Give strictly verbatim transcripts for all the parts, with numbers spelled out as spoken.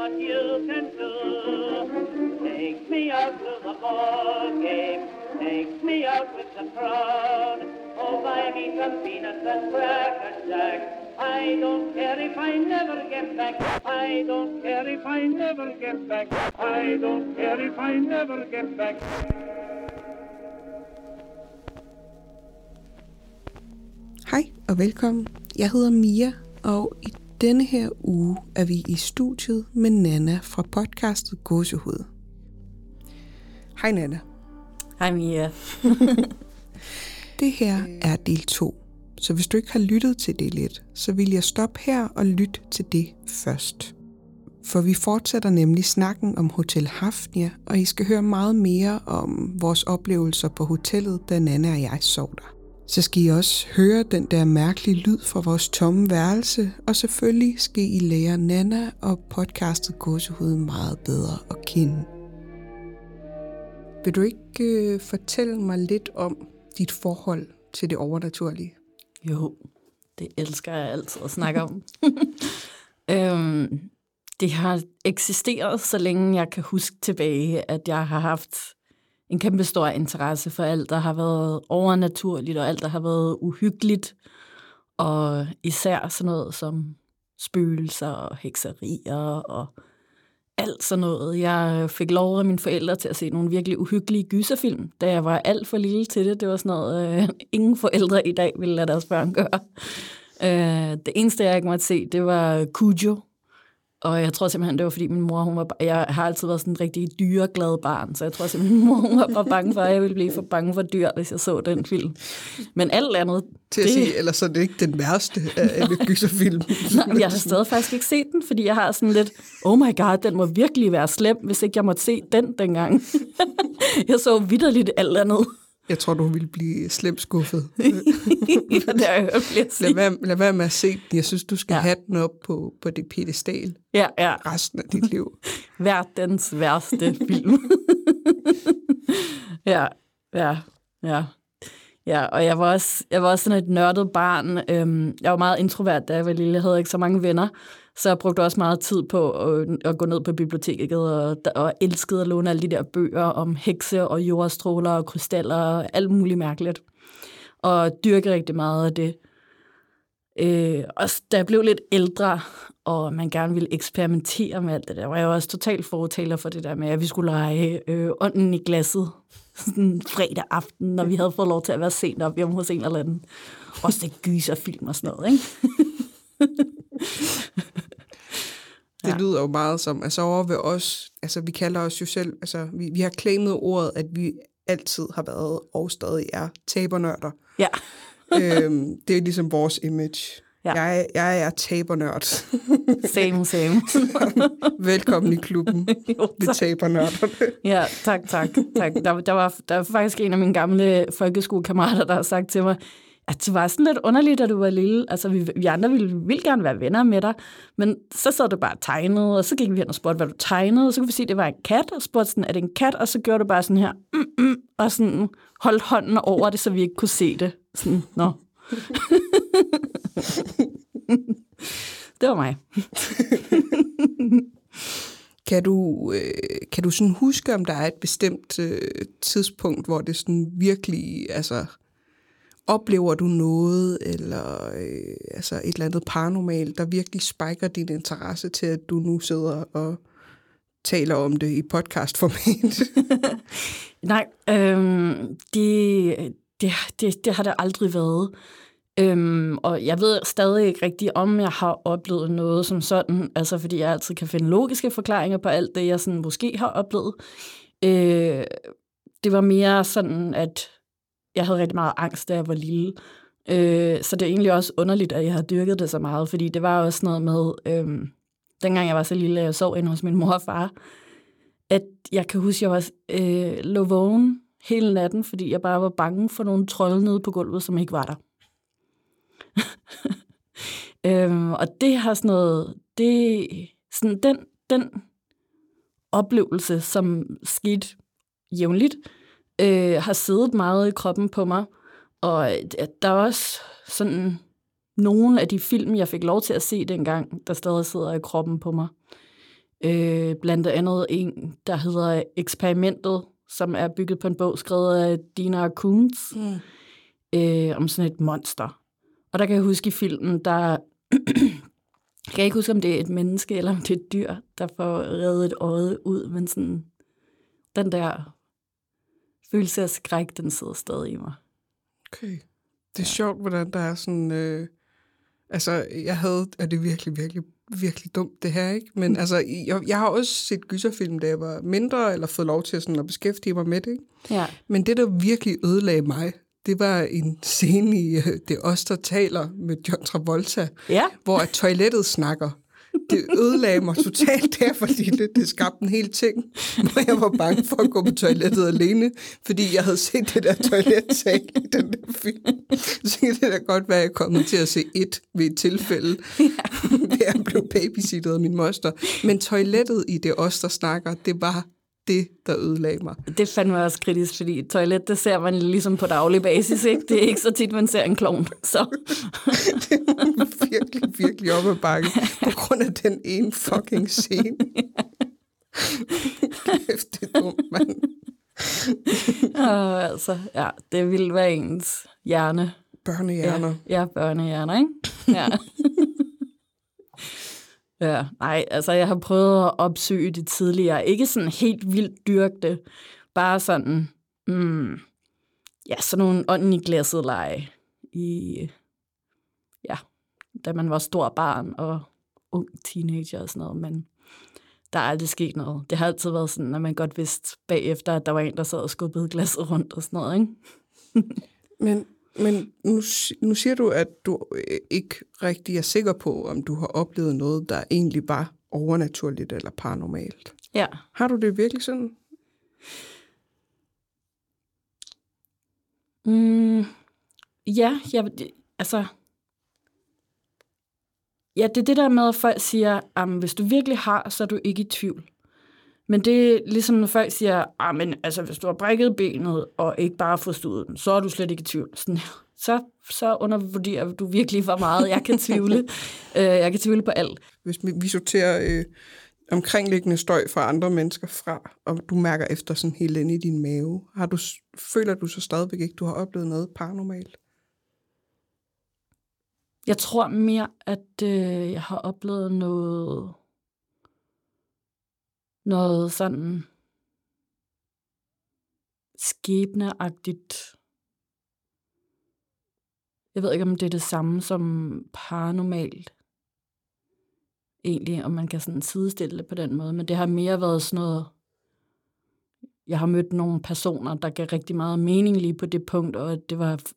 what you can do. Take me out to the ball game, take me out with the crowd. Oh, buy me some peanuts and cracker jack. I don't care if I never get back. I don't care if I never get back. I don't care if I never get back. Hej og velkommen. Jeg hedder Mia, og i denne her uge er vi i studiet med Nanna fra podcastet Gåsehud. Hej Nanna. Hej Mia. Det her er del to, så hvis du ikke har lyttet til del et, så vil jeg stoppe her og lytte til det først. For vi fortsætter nemlig snakken om Hotel Hafnia, og I skal høre meget mere om vores oplevelser på hotellet, da Nanna og jeg sov der. Så skal I også høre den der mærkelige lyd fra vores tomme værelse, og selvfølgelig skal I lære Nanna og podcastet Gåsehud meget bedre at kende. Vil du ikke øh, fortælle mig lidt om dit forhold til det overnaturlige? Jo, det elsker jeg altid at snakke om. øhm, det har eksisteret, så længe jeg kan huske tilbage, at jeg har haft en kæmpe stor interesse for alt, der har været overnaturligt, og alt, der har været uhyggeligt, og især sådan noget som spøgelser og hekserier og alt sådan noget. Jeg fik lov af mine forældre til at se nogle virkelig uhyggelige gyserfilm, da jeg var alt for lille til det. Det var sådan noget, øh, ingen forældre i dag ville lade deres børn gøre. Øh, det eneste, jeg ikke måtte se, det var Cujo. Og jeg tror simpelthen, det var fordi min mor, hun var, jeg har altid været sådan en rigtig dyreglad barn, så jeg tror simpelthen, min mor, hun var bare bange for, at jeg ville blive for bange for dyr, hvis jeg så den film. Men alt andet... Til at det... sige, ellers er det ikke den værste af alle gyserfilm. Nej, jeg har stadig faktisk ikke set den, fordi jeg har sådan lidt, oh my god, den må virkelig være slem, hvis ikke jeg måtte se den dengang. Jeg så vitterligt alt andet. Jeg tror, du ville blive slemt skuffet. Ja, det har jeg hørt flere sige. Lad være, lad være med at se den. Jeg synes, du skal ja. have den op på, på det pedestal ja, ja. resten af dit liv. Verdens værste film. ja, ja, ja. Ja, og jeg var også, jeg var også sådan et nørdet barn. Øhm, jeg var meget introvert, da jeg var lille. Jeg havde ikke så mange venner, så jeg brugte også meget tid på at, at gå ned på biblioteket og, og elskede at låne alle de der bøger om hekse og jordstråler og krystaller og alt muligt mærkeligt. Og dyrke rigtig meget af det. Øh, og da jeg blev lidt ældre, og man gerne ville eksperimentere med alt det der, var jeg også totalt fortaler for det der med, at vi skulle lege øh, ånden i glasset sådan fredag aften, når vi havde fået lov til at være sent op hjemme hos en eller anden. Også det gyserfilm og sådan noget, ikke? Det ja. lyder jo meget som, altså over ved os, altså vi kalder os jo selv, altså vi, vi har claimet ordet, at vi altid har været og stadig er tabernørder. Ja. øhm, det er ligesom vores image. Ja. Jeg, jeg er tabernørd. Same, same. Velkommen i klubben. Jo, vi tabernørderne. Ja, tak, tak. tak. Der, der, var, der var faktisk en af mine gamle folkeskolekammerater, der har sagt til mig, at det var sådan lidt underligt, da du var lille. Altså, vi, vi andre ville, ville gerne være venner med dig, men så sad du bare og tegnede, og så gik vi hen og spurgte, hvad du tegnede, og så kunne vi sige, at det var en kat, og spurgte sådan, er det en kat? Og så gjorde du bare sådan her, mm, mm, og sådan holdt hånden over det, så vi ikke kunne se det. Sådan, nå. Det var mig. Kan du, øh, kan du sådan huske, om der er et bestemt øh, tidspunkt, hvor det sådan virkelig, altså, oplever du noget, eller øh, altså et eller andet paranormalt, der virkelig spiker din interesse til, at du nu sidder og taler om det i podcastformat? Nej, øhm, det, det, det, det har det aldrig været. Øhm, og jeg ved stadig ikke rigtigt, om jeg har oplevet noget som sådan, altså fordi jeg altid kan finde logiske forklaringer på alt det, jeg sådan måske har oplevet. Øh, det var mere sådan, at jeg havde rigtig meget angst, da jeg var lille. Øh, så det er egentlig også underligt, at jeg har dyrket det så meget, fordi det var også noget med, øh, dengang jeg var så lille, jeg sov inde hos min mor og far, at jeg kan huske, at jeg var, øh, lå vågen hele natten, fordi jeg bare var bange for nogle trolde nede på gulvet, som ikke var der. øhm, og det har sådan noget, det, sådan den, den oplevelse, som skete jævnligt, øh, har siddet meget i kroppen på mig. Og der er også sådan nogle af de film, jeg fik lov til at se dengang, der stadig sidder i kroppen på mig. Øh, blandt andet en, der hedder Eksperimentet, som er bygget på en bog skrevet af Dina Kuntz, mm. øh, om sådan et monster. Og der kan jeg huske i filmen, der jeg kan ikke huske, om det er et menneske, eller om det er et dyr, der får reddet et øje ud, men sådan, den der følelse af skræk, den sidder stadig i mig. Okay. Det er ja. sjovt, hvordan der er sådan, øh, altså, jeg havde, er det virkelig, virkelig, virkelig dumt, det her, ikke? Men altså, jeg, jeg har også set gyserfilm, da jeg var mindre, eller fået lov til sådan at beskæftige mig med det, ikke? Ja. Men det, der virkelig ødelagde mig, det var en scene i uh, Det er os, der taler med John Travolta, ja. hvor at toilettet snakker. Det ødelagde mig totalt der, fordi det, det skabte en hel ting, hvor jeg var bange for at gå på toilettet alene, fordi jeg havde set det der toilettal i den der film. Så det da godt være, at jeg er kommet til at se et ved et tilfælde, hvor jeg blev babysittet af min moster. Men toilettet i Det os, der snakker, det var det, der ødelagde mig. Det fandt mig også kritisk, fordi toilet, det ser man ligesom på daglig basis, ikke? Det er ikke så tit, man ser en klovn, så... Det var virkelig, virkelig op ad bakke, på grund af den ene fucking scene. Kæft, det er dumt, mand. Og altså, ja, det ville være ens hjerne. Børnehjerner. Ja, ja, børnehjerner, ikke? Ja. Ja, nej, altså jeg har prøvet at opsøge det tidligere. Ikke sådan helt vildt dyrkte, bare sådan, mm, ja, sådan nogle ånden i glasset lege i, ja, da man var stor barn og ung teenager og sådan noget, men der er aldrig sket noget. Det har altid været sådan, at man godt vidste bagefter, at der var en, der sad og skubbede glasset rundt og sådan noget, ikke? men Men nu, nu siger du, at du ikke rigtig er sikker på, om du har oplevet noget, der egentlig var overnaturligt eller paranormalt. Ja. Har du det virkelig sådan? Mm, ja, jeg, altså... Ja, det er det der med, at folk siger, at hvis du virkelig har, så er du ikke i tvivl. Men det er ligesom, når folk siger, at men, altså, hvis du har brækket benet og ikke bare forstået den, så er du slet ikke i tvivl. Sådan, så, så undervurderer du virkelig for meget. Jeg kan tvivle. øh, jeg kan tvivle på alt. Hvis vi sorterer øh, omkringliggende støj fra andre mennesker fra, og du mærker efter sådan helt inde i din mave, har du, føler du så stadigvæk ikke, du har oplevet noget paranormalt? Jeg tror mere, at øh, jeg har oplevet noget... noget sådan skæbneagtigt. Jeg ved ikke, om det er det samme som paranormalt. Egentlig, om man kan sådan sidestille det på den måde. Men det har mere været sådan noget... Jeg har mødt nogle personer, der gav rigtig meget mening lige på det punkt, og det var...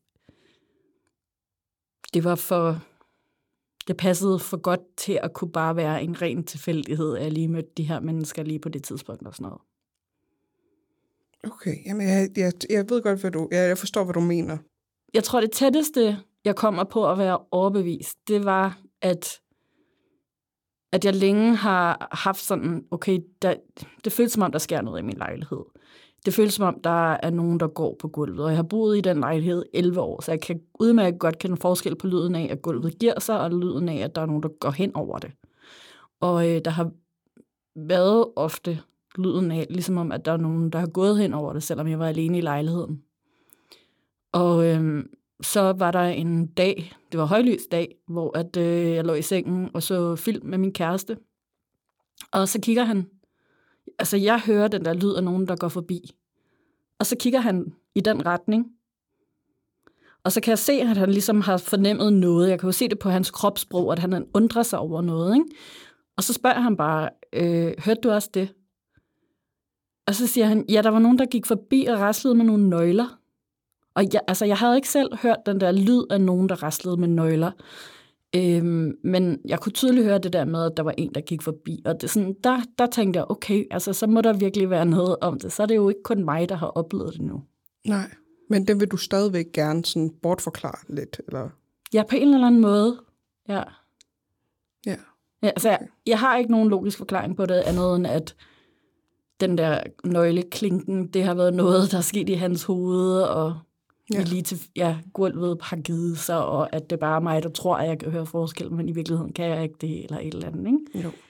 Det var for... Det passede for godt til at kunne bare være en ren tilfældighed, at jeg lige mødte de her mennesker lige på det tidspunkt og sådan noget. Okay, jamen jeg, jeg, jeg ved godt, hvad du... Jeg, jeg forstår, hvad du mener. Jeg tror, det tætteste, jeg kommer på at være overbevist, det var, at, at jeg længe har haft sådan, okay, der, det føles som om, der sker noget i min lejlighed. Det føles som om, der er nogen, der går på gulvet, og jeg har boet i den lejlighed elleve år, så jeg kan udmærket godt kende forskel på lyden af, at gulvet giver sig, og lyden af, at der er nogen, der går hen over det. Og øh, der har været ofte lyden af, ligesom om, at der er nogen, der har gået hen over det, selvom jeg var alene i lejligheden. Og øh, så var der en dag, det var højlys dag, hvor at, øh, jeg lå i sengen og så film med min kæreste. Og så kigger han. Altså, jeg hører den der lyd af nogen, der går forbi. Og så kigger han i den retning. Og så kan jeg se, at han ligesom har fornemmet noget. Jeg kan jo se det på hans kropssprog, at han undrer sig over noget, ikke? Og så spørger han bare, øh, hørte du også det? Og så siger han, ja, der var nogen, der gik forbi og raslede med nogle nøgler. Og jeg, altså, jeg havde ikke selv hørt den der lyd af nogen, der raslede med nøgler. Øhm, men jeg kunne tydeligt høre det der med, at der var en, der gik forbi. Og det, sådan, der, der tænkte jeg, okay, altså, så må der virkelig være noget om det. Så er det jo ikke kun mig, der har oplevet det nu. Nej, men den vil du stadigvæk gerne sådan bortforklare lidt, eller? Ja, på en eller anden måde, ja. Ja. Ja, altså, jeg, jeg har ikke nogen logisk forklaring på det, andet end at den der nøgleklinken, det har været noget, der er sket i hans hoved, og ja. lige til ja, gulvet har givet sig, og at det bare er mig, der tror, at jeg kan høre forskel, men i virkeligheden kan jeg ikke det, eller et eller andet, ikke? Jo.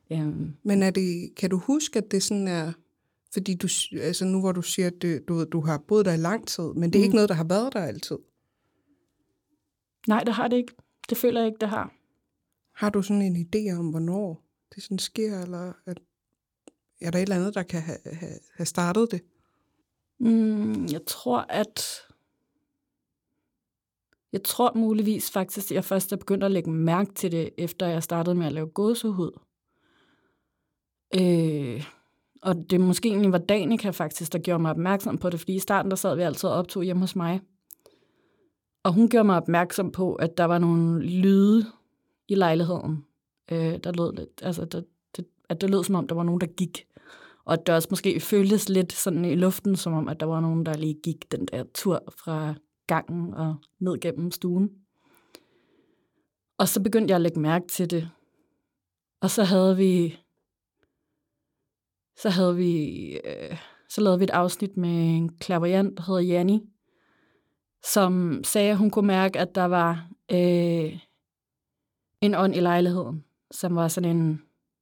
Øhm, Men er det, kan du huske, at det sådan er, fordi du, altså nu hvor du siger, at det, du, du har boet der i lang tid, men det er mm. ikke noget, der har været der altid? Nej, det har det ikke. Det føler jeg ikke, det har. Har du sådan en idé om, hvornår det sådan sker, eller at, er der et eller andet, der kan have, have, have startet det? Mm, jeg tror, at... Jeg tror muligvis faktisk, at jeg først er begyndt at lægge mærke til det, efter jeg startede med at lave gåsehud. Øh, og det måske egentlig var Danica faktisk, der gjorde mig opmærksom på det, fordi i starten, der sad vi altid og optog hjemme hos mig. Og hun gjorde mig opmærksom på, at der var nogle lyde i lejligheden, øh, der lød lidt, altså der, det, at det lød som om, der var nogen, der gik. Og at det også måske føltes lidt sådan i luften, som om, at der var nogen, der lige gik den der tur fra gangen og ned gennem stuen. Og så begyndte jeg at lægge mærke til det. Og så havde vi, så havde vi, øh, så lavede vi et afsnit med en clairvoyant, der hedder Janni, som sagde, at hun kunne mærke, at der var øh, en ånd i lejligheden, som var sådan en,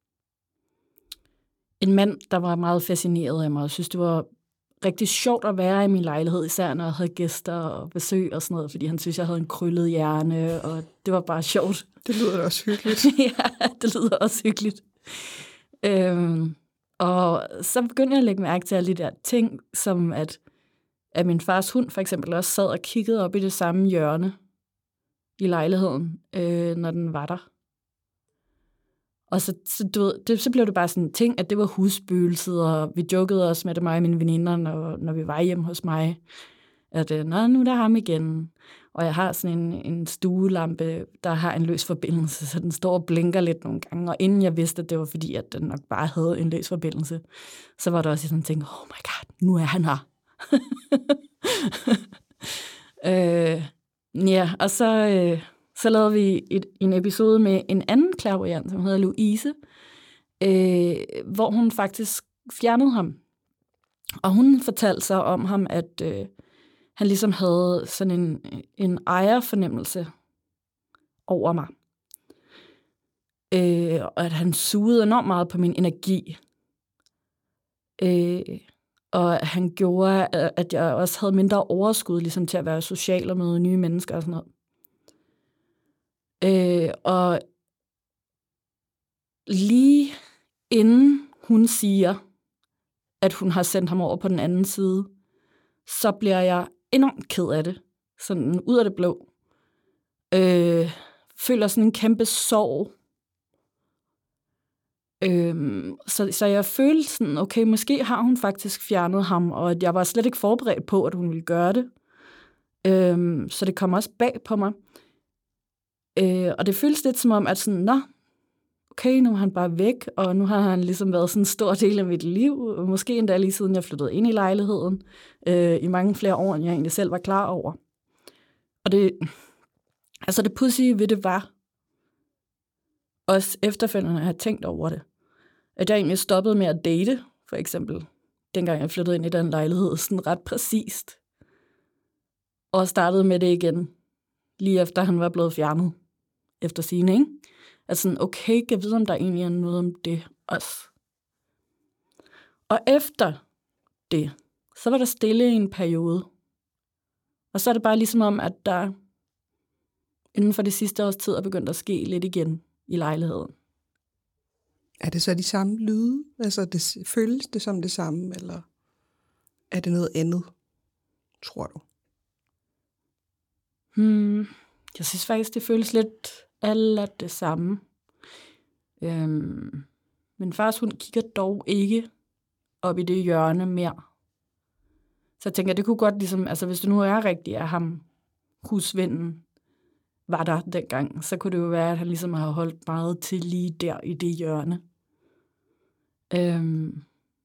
en mand, der var meget fascineret af mig, og synes, det var rigtig sjovt at være i min lejlighed, især når jeg havde gæster og besøg og sådan noget, fordi han synes, jeg havde en krøllet hjerne, og det var bare sjovt. Det lyder også hyggeligt. Ja, det lyder også hyggeligt. Øhm, og så begyndte jeg at lægge mærke til alle de der ting, som at, at min fars hund for eksempel også sad og kiggede op i det samme hjørne i lejligheden, øh, når den var der. Og så, så, du ved, det, så blev det bare sådan en ting, at det var husspøgelset, og vi jokede også med det, mig og mine veninder, når, når vi var hjemme hos mig, at nå, nu er der ham igen. Og jeg har sådan en, en stuelampe, der har en løs forbindelse, så den står og blinker lidt nogle gange. Og inden jeg vidste, at det var fordi, at den nok bare havde en løs forbindelse, så var der også sådan en ting, oh my god, nu er han her. øh, ja, og så... Øh, Så lavede vi et, en episode med en anden clairvoyant, som hedder Louise, øh, hvor hun faktisk fjernede ham. Og hun fortalte sig om ham, at øh, han ligesom havde sådan en, en ejerfornemmelse over mig. Øh, og at han sugede enormt meget på min energi. Øh, og han gjorde, at jeg også havde mindre overskud ligesom til at være social og møde nye mennesker og sådan noget. Øh, og lige inden hun siger, at hun har sendt ham over på den anden side, så bliver jeg enormt ked af det. Sådan ud af det blå. Øh, føler sådan en kæmpe sorg. Øh, så, så jeg følte sådan, okay, måske har hun faktisk fjernet ham, og at jeg var slet ikke forberedt på, at hun ville gøre det. Øh, så det kom også bag på mig. Øh, og det føles lidt som om, at sådan, nå, okay, nu er han bare væk, og nu har han ligesom været sådan en stor del af mit liv, måske endda lige siden jeg flyttede ind i lejligheden, øh, i mange flere år, end jeg egentlig selv var klar over. Og det, altså det pudsige ved det var, også efterfølgende at have tænkt over det, at jeg egentlig stoppede med at date, for eksempel, dengang jeg flyttede ind i den lejlighed, sådan ret præcist, og startede med det igen, lige efter han var blevet fjernet. Efter sine, ikke? Altså sådan, okay, kan jeg vide, om der egentlig er noget om det også. Og efter det, så var der stille i en periode. Og så er det bare ligesom om, at der inden for det sidste års tid er begyndt at ske lidt igen i lejligheden. Er det så de samme lyde? Altså, det, føles det som det samme, eller er det noget andet, tror du? Hmm... Jeg synes faktisk, det føles lidt alle det samme. Øhm, min fars hund kigger dog ikke op i det hjørne mere. Så jeg tænker, det kunne godt ligesom, altså hvis det nu er rigtigt, at ham, husvennen, var der dengang, så kunne det jo være, at han ligesom har holdt meget til lige der i det hjørne. Øhm,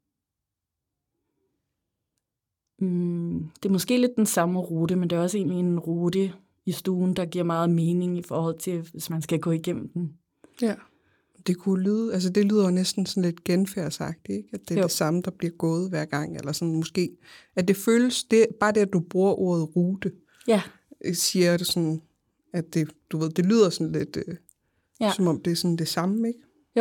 mm, det er måske lidt den samme rute, men det er også egentlig en rute i stuen, der giver meget mening i forhold til, hvis man skal gå igennem den. Ja, det kunne lyde, altså det lyder næsten sådan lidt genfærdsagtigt, ikke? At det er jo det samme, der bliver gået hver gang, eller sådan måske, at det føles, det, bare det, at du bruger ordet rute, ja. siger det sådan, at det, du ved, det lyder sådan lidt, øh, ja. som om det er sådan det samme, ikke? Jo,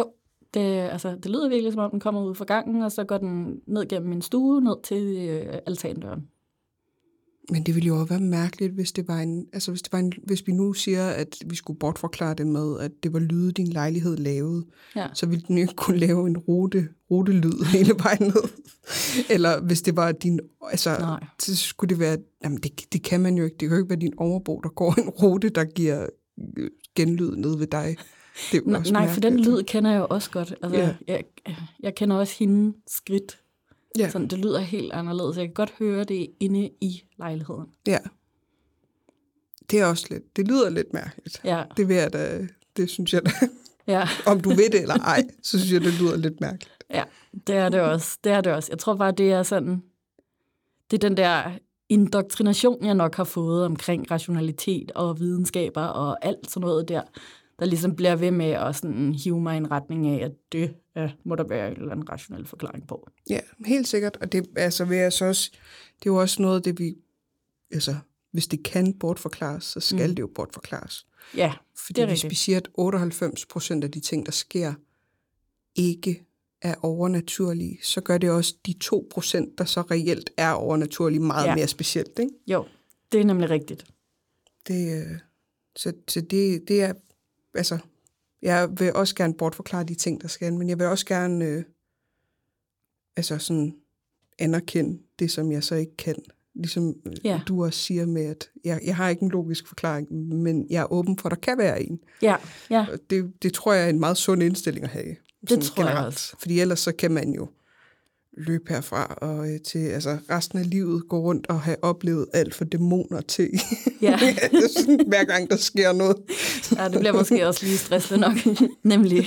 Det, altså, det lyder virkelig, som om den kommer ud fra gangen, og så går den ned gennem min stue, ned til øh, altandøren. Men det ville jo også være mærkeligt, hvis det var en, altså hvis det var en, hvis vi nu siger, at vi skulle bortforklare det med, at det var lyde, din lejlighed lavede, ja. så ville den jo ikke kunne lave en rute, rutelyd hele vejen ned. Eller hvis det var din, altså, Nej. så skulle det være, jamen det, det kan man jo ikke, det kan jo ikke være din overbo, der går en rute, der giver genlyd ned ved dig. Det nej, nej, for den lyd kender jeg jo også godt. Altså, yeah. jeg, jeg kender også hendes skridt. Yeah. Sådan, det lyder helt anderledes. Jeg kan godt høre det inde i lejligheden. Ja. Det er også lidt, det lyder lidt mærkeligt. Ja. Det ved jeg da, det synes jeg da. Ja. Om du ved det eller ej, så synes jeg, det lyder lidt mærkeligt. Ja, det er det også. Det er det også. Jeg tror bare, det er sådan, det er den der indoktrination, jeg nok har fået omkring rationalitet og videnskaber og alt sådan noget der, der ligesom bliver ved med at sådan hive mig i en retning af, at det ja, må der være en eller anden rationel forklaring på. Ja, helt sikkert. Og det, altså, vil jeg så også, det er jo også noget af det, vi, altså, hvis det kan bortforklares, så skal mm. det jo bortforklares. Ja, fordi hvis vi siger, at otteoghalvfems procent af de ting, der sker, ikke er overnaturlige, så gør det også de to procent, der så reelt er overnaturlige, meget ja. mere specielt, ikke? Jo, det er nemlig rigtigt. Det, så så det, det er, altså, jeg vil også gerne bortforklare de ting, der skal, men jeg vil også gerne, øh, altså sådan, anerkende det, som jeg så ikke kan. Ligesom ja. du også siger med, at jeg, jeg har ikke en logisk forklaring, men jeg er åben for, at der kan være en. Ja, ja. Det, det tror jeg er en meget sund indstilling at have. Det tror generelt. Jeg også. Fordi ellers så kan man jo løbe herfra og øh, til altså resten af livet gå rundt og have oplevet alt for dæmoner til. Ja. Hver gang der sker noget. Ja, det bliver måske også lige stressende nok, nemlig.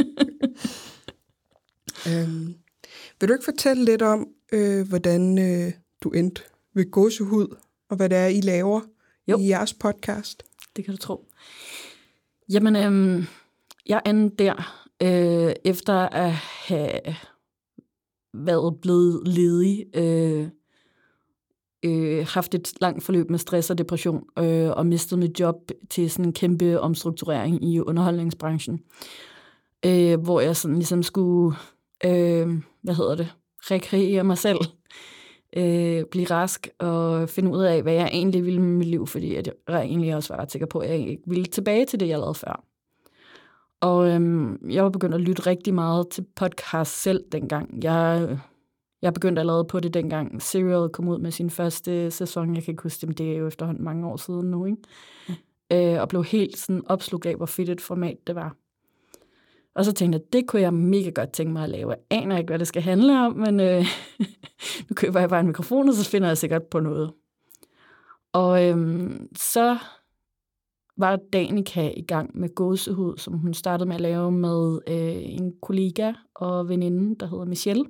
øhm, vil du ikke fortælle lidt om, øh, hvordan øh, du endte ved Gåsehud, og hvad det er, I laver jo. i jeres podcast? Det kan du tro. Jamen, øhm, jeg endte der, øh, efter at have været blevet ledig, øh, øh, haft et langt forløb med stress og depression, øh, og mistet mit job til sådan en kæmpe omstrukturering i underholdningsbranchen, øh, hvor jeg sådan ligesom skulle, øh, hvad hedder det, rekreere mig selv, øh, blive rask og finde ud af, hvad jeg egentlig ville med mit liv, fordi jeg egentlig også var ret sikker på, at jeg ikke ville tilbage til det, jeg lavede før. Og øhm, jeg var begyndt at lytte rigtig meget til podcast selv dengang. Jeg, jeg begyndte allerede på det dengang Serial kom ud med sin første sæson. Jeg kan ikke huske det, men det er jo efterhånden mange år siden nu, ikke? Mm. Øh, og blev helt sådan opslugt af, hvor fedt et format det var. Og så tænkte jeg, at det kunne jeg mega godt tænke mig at lave. Jeg aner ikke, hvad det skal handle om, men øh, nu køber jeg bare en mikrofon, og så finder jeg sikkert på noget. Og øhm, så var Danica i gang med Gåsehud, som hun startede med at lave med øh, en kollega og veninde, der hedder Michelle.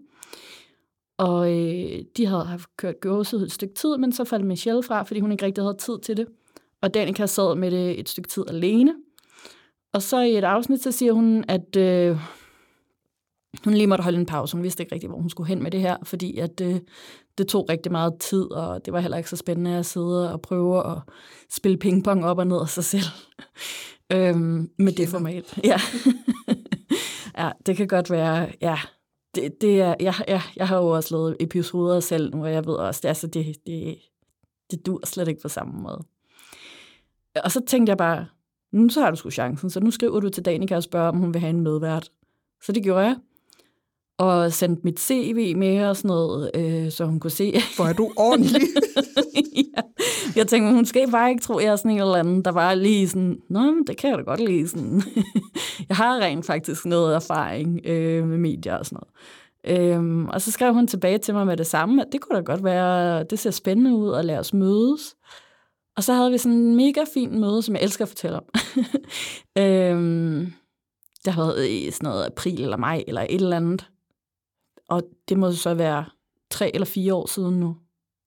Og øh, de havde haft kørt Gåsehud et stykke tid, men så faldt Michelle fra, fordi hun ikke rigtig havde tid til det. Og Danica sad med det et stykke tid alene. Og så i et afsnit, så siger hun, at øh, hun lige måtte holde en pause. Hun vidste ikke rigtig, hvor hun skulle hen med det her, fordi at, øh, det tog rigtig meget tid, og det var heller ikke så spændende at sidde og prøve at spille pingpong op og ned af sig selv øhm, med det format. Ja. Ja, det kan godt være, ja, det, det er, jeg, jeg, jeg har jo også lavet episoder selv nu, og jeg ved også, det, altså det, det, det dur slet ikke på samme måde. Og så tænkte jeg bare, nu så har du sgu chancen, så nu skriver du til Danica og spørger, om hun vil have en medvært. Så det gjorde jeg. Og sendte mit C V med og sådan noget, øh, så hun kunne se. Hvor er du ordentlig? Ja. Jeg tænkte, hun skal bare ikke tro, at jeg er sådan en eller anden, der var lige sådan, nå, men det kan jeg da godt lide. Sådan. Jeg har rent faktisk noget erfaring øh, med medier og sådan noget. Øhm, og så skrev hun tilbage til mig med det samme, at det kunne da godt være, det ser spændende ud, og lade os mødes. Og så havde vi sådan en mega fin møde, som jeg elsker at fortælle om. øhm, det har været i sådan noget april eller maj eller et eller andet. Og det må så være tre eller fire år siden nu.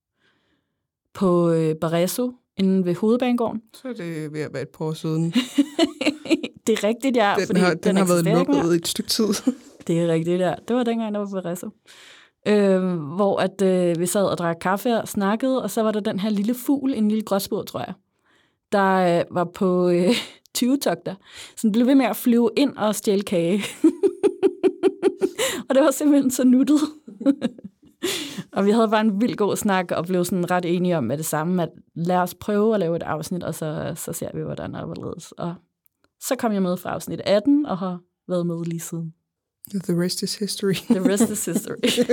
På øh, Barresso, inde ved Hovedbanegården. Så er det ved at være et par år siden. Det er rigtigt, ja. Den, fordi har, den, den har været lukket et stykke tid. Det er rigtigt, ja. Det var dengang, der var på Barresso. Øh, hvor at, øh, vi sad og drak kaffe og snakkede, og så var der den her lille fugl, en lille gråsbog, tror jeg, der øh, var på øh, tyvetogter. Så den blev ved med at flyve ind og stjæle kage. Og det var simpelthen så nuttet. Og vi havde bare en vildt god snak, og blev sådan ret enige om med det samme, at lad os prøve at lave et afsnit, og så, så ser vi, hvordan det er overledes. Og så kom jeg med fra afsnit atten, og har været med lige siden. The rest is history. The rest is history.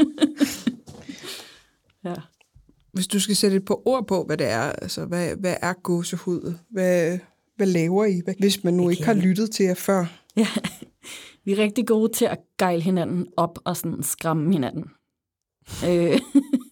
Ja. Hvis du skal sætte et par ord på, hvad det er, altså hvad, hvad er gåsehud? Hvad, hvad laver I, hvis man nu okay. ikke har lyttet til jer før? Ja, vi er rigtig gode til at gejle hinanden op og sådan skræmme hinanden. øh,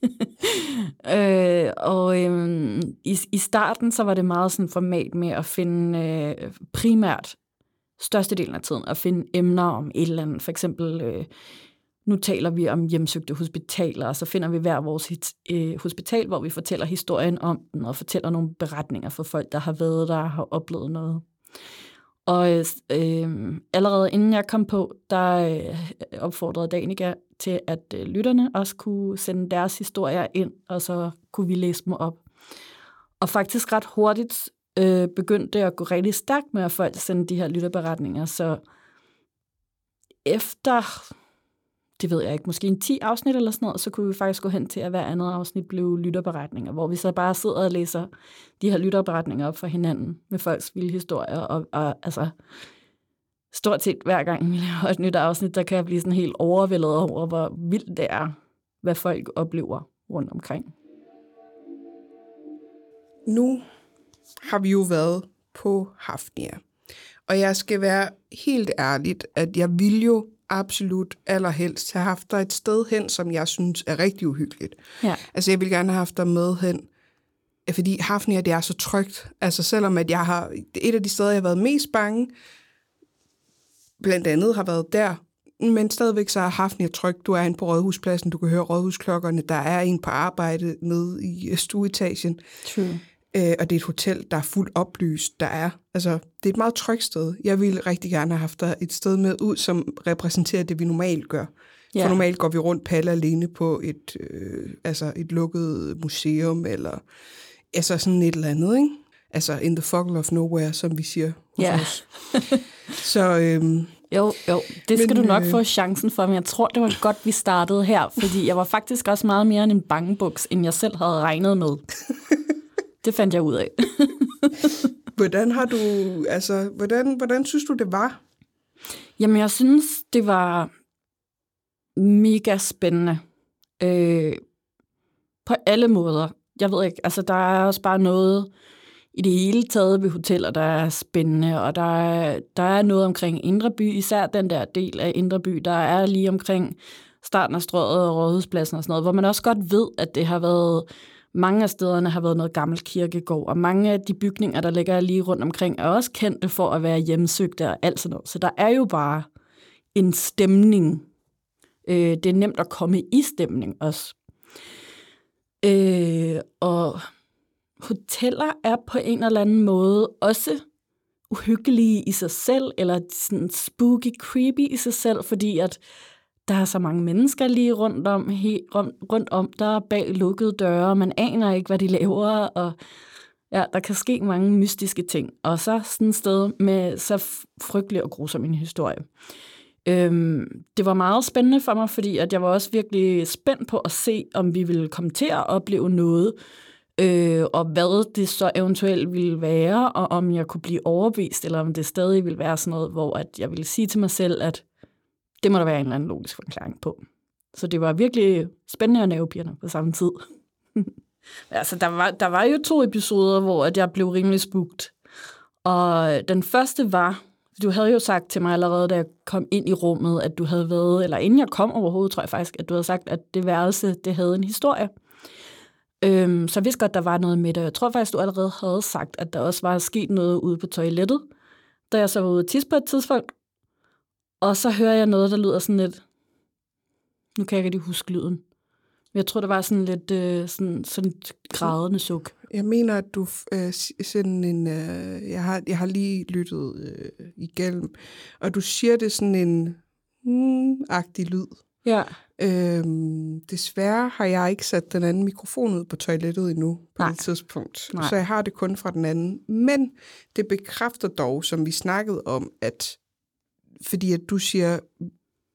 øh, og øh, i, i starten så var det meget sådan format med at finde øh, primært størstedelen af tiden at finde emner om et eller andet. For eksempel, øh, nu taler vi om hjemsøgte hospitaler, og så finder vi hver vores øh, hospital, hvor vi fortæller historien om den, og fortæller nogle beretninger for folk, der har været der og har oplevet noget. Og øh, allerede inden jeg kom på, der øh, opfordrede Danica til, at øh, lytterne også kunne sende deres historier ind, og så kunne vi læse dem op. Og faktisk ret hurtigt øh, begyndte det at gå rigtig stærkt med, at folk sendte de her lytterberetninger. Så efter, det ved jeg ikke, måske en ti afsnit eller sådan noget, så kunne vi faktisk gå hen til, at hver andet afsnit blev lytterberetninger, hvor vi så bare sidder og læser de her lytterberetninger op for hinanden med folks vilde historier. Og, og altså, stort set hver gang vi laver et nyt afsnit, der kan jeg blive sådan helt overvældet over, hvor vildt det er, hvad folk oplever rundt omkring. Nu har vi jo været på Hafnia, og jeg skal være helt ærligt, at jeg vil jo absolut allerhelst have haft dig et sted hen, som jeg synes er rigtig uhyggeligt. Ja. Altså, jeg vil gerne have haft dig med hen, fordi Hafnia, det er så trygt. Altså, selvom at jeg har, et af de steder, jeg har været mest bange, blandt andet har været der, men stadigvæk så er Hafnia trygt. Du er inde på Rådhuspladsen, du kan høre rådhusklokkerne, der er en på arbejde nede i stueetagen. True. Øh, og det er et hotel, der er fuldt oplyst. Der er, altså, det er et meget trygt sted. Jeg ville rigtig gerne have haft et sted med ud, som repræsenterer det, vi normalt gør. Yeah. For normalt går vi rundt palle alene på et, øh, altså et lukket museum, eller altså sådan et eller andet, ikke? Altså in the fog of nowhere, som vi siger hos yeah. os. Så, øhm, jo, jo, det skal men, du nok øh, få chancen for, men jeg tror, det var godt, vi startede her, fordi jeg var faktisk også meget mere end en bangebuks, end jeg selv havde regnet med. Det fandt jeg ud af. Hvordan har du, altså, hvordan, hvordan synes du, det var? Jamen, jeg synes, det var mega spændende. Øh, på alle måder. Jeg ved ikke, altså, der er også bare noget i det hele taget ved hoteller, der er spændende, og der er, der er noget omkring Indre By, især den der del af Indre By, der er lige omkring starten af Strøget og Rådhuspladsen og sådan noget, hvor man også godt ved, at det har været, mange af stederne har været noget gammel kirkegård, og mange af de bygninger, der ligger lige rundt omkring, er også kendte for at være hjemsøgte og alt sådan noget. Så der er jo bare en stemning. Øh, det er nemt at komme i stemning også. Øh, og hoteller er på en eller anden måde også uhyggelige i sig selv, eller sådan spooky, creepy i sig selv, fordi at der er så mange mennesker lige rundt om, he, rundt, rundt om der bag lukkede døre, man aner ikke, hvad de laver, og ja, der kan ske mange mystiske ting. Og så sådan et sted med så frygtelig og grusom en historie. Øhm, det var meget spændende for mig, fordi at jeg var også virkelig spændt på at se, om vi ville komme til at opleve noget, øh, og hvad det så eventuelt ville være, og om jeg kunne blive overbevist, eller om det stadig ville være sådan noget, hvor at jeg ville sige til mig selv, at det må der være en eller anden logisk forklaring på. Så det var virkelig spændende og nervepirrende på samme tid. Altså, der var, der var jo to episoder, hvor at jeg blev rimelig spugt. Og den første var, du havde jo sagt til mig allerede, da jeg kom ind i rummet, at du havde været, eller inden jeg kom overhovedet, tror jeg faktisk, at du havde sagt, at det værelse, det havde en historie. Øhm, så jeg vidste godt, der var noget med det. Jeg tror faktisk, du allerede havde sagt, at der også var sket noget ude på toilettet, da jeg så var ude at tisse på et tidspunkt. Og så hører jeg noget, der lyder sådan lidt, nu kan jeg ikke rigtig huske lyden. Men jeg tror, der var sådan lidt øh, sådan, sådan grædende suk. Jeg mener, at du øh, sådan en, øh, jeg, har, jeg har lige lyttet øh, igennem, og du siger det sådan en mm-agtig lyd. Ja. Øhm, desværre har jeg ikke sat den anden mikrofon ud på toilettet endnu på Nej. det tidspunkt. Nej. Så jeg har det kun fra den anden. Men det bekræfter dog, som vi snakkede om, at fordi at du siger,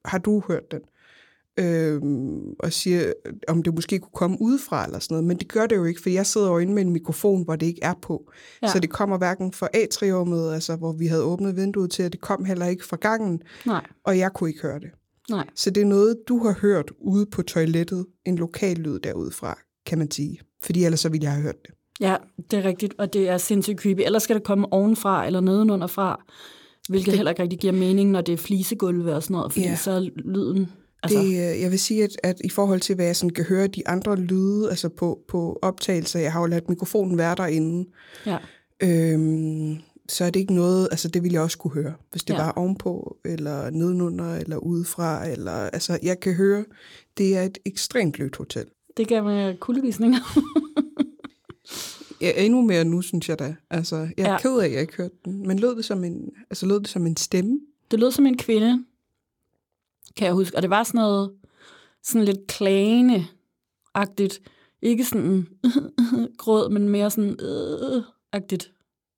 har du hørt den? Øhm, og siger, om det måske kunne komme udefra eller sådan noget, men det gør det jo ikke, for jeg sidder jo inde med en mikrofon, hvor det ikke er på. Ja. Så det kommer hverken fra atriummet, altså hvor vi havde åbnet vinduet til, at det kom heller ikke fra gangen, Nej. Og jeg kunne ikke høre det. Nej. Så det er noget, du har hørt ude på toilettet, en lokal lyd derudefra, kan man sige. Fordi ellers så ville jeg have hørt det. Ja, det er rigtigt, og det er sindssygt creepy. Ellers skal det komme ovenfra eller nedenunderfra, hvilket det... heller ikke rigtig giver mening, når det er flisegulve og sådan noget, fordi ja. Så er lyden... Altså... Det, jeg vil sige, at, at i forhold til, hvad jeg sådan kan høre de andre lyde, altså på, på optagelser, jeg har jo ladet mikrofonen være derinde, ja. øhm, så er det ikke noget, altså det ville jeg også kunne høre, hvis det ja. Var ovenpå, eller nedenunder, eller udefra, eller, altså jeg kan høre, det er et ekstremt blødt hotel. Det gav mig kuldevisninger. Ja, endnu mere nu, synes jeg da. Altså, jeg er ja. Ked af, at jeg ikke hørte den, men lød det som en, altså lød det som en stemme? Det lød som en kvinde, kan jeg huske. Og det var sådan noget, sådan lidt klagende-agtigt. Ikke sådan gråd, men mere sådan øh-agtigt.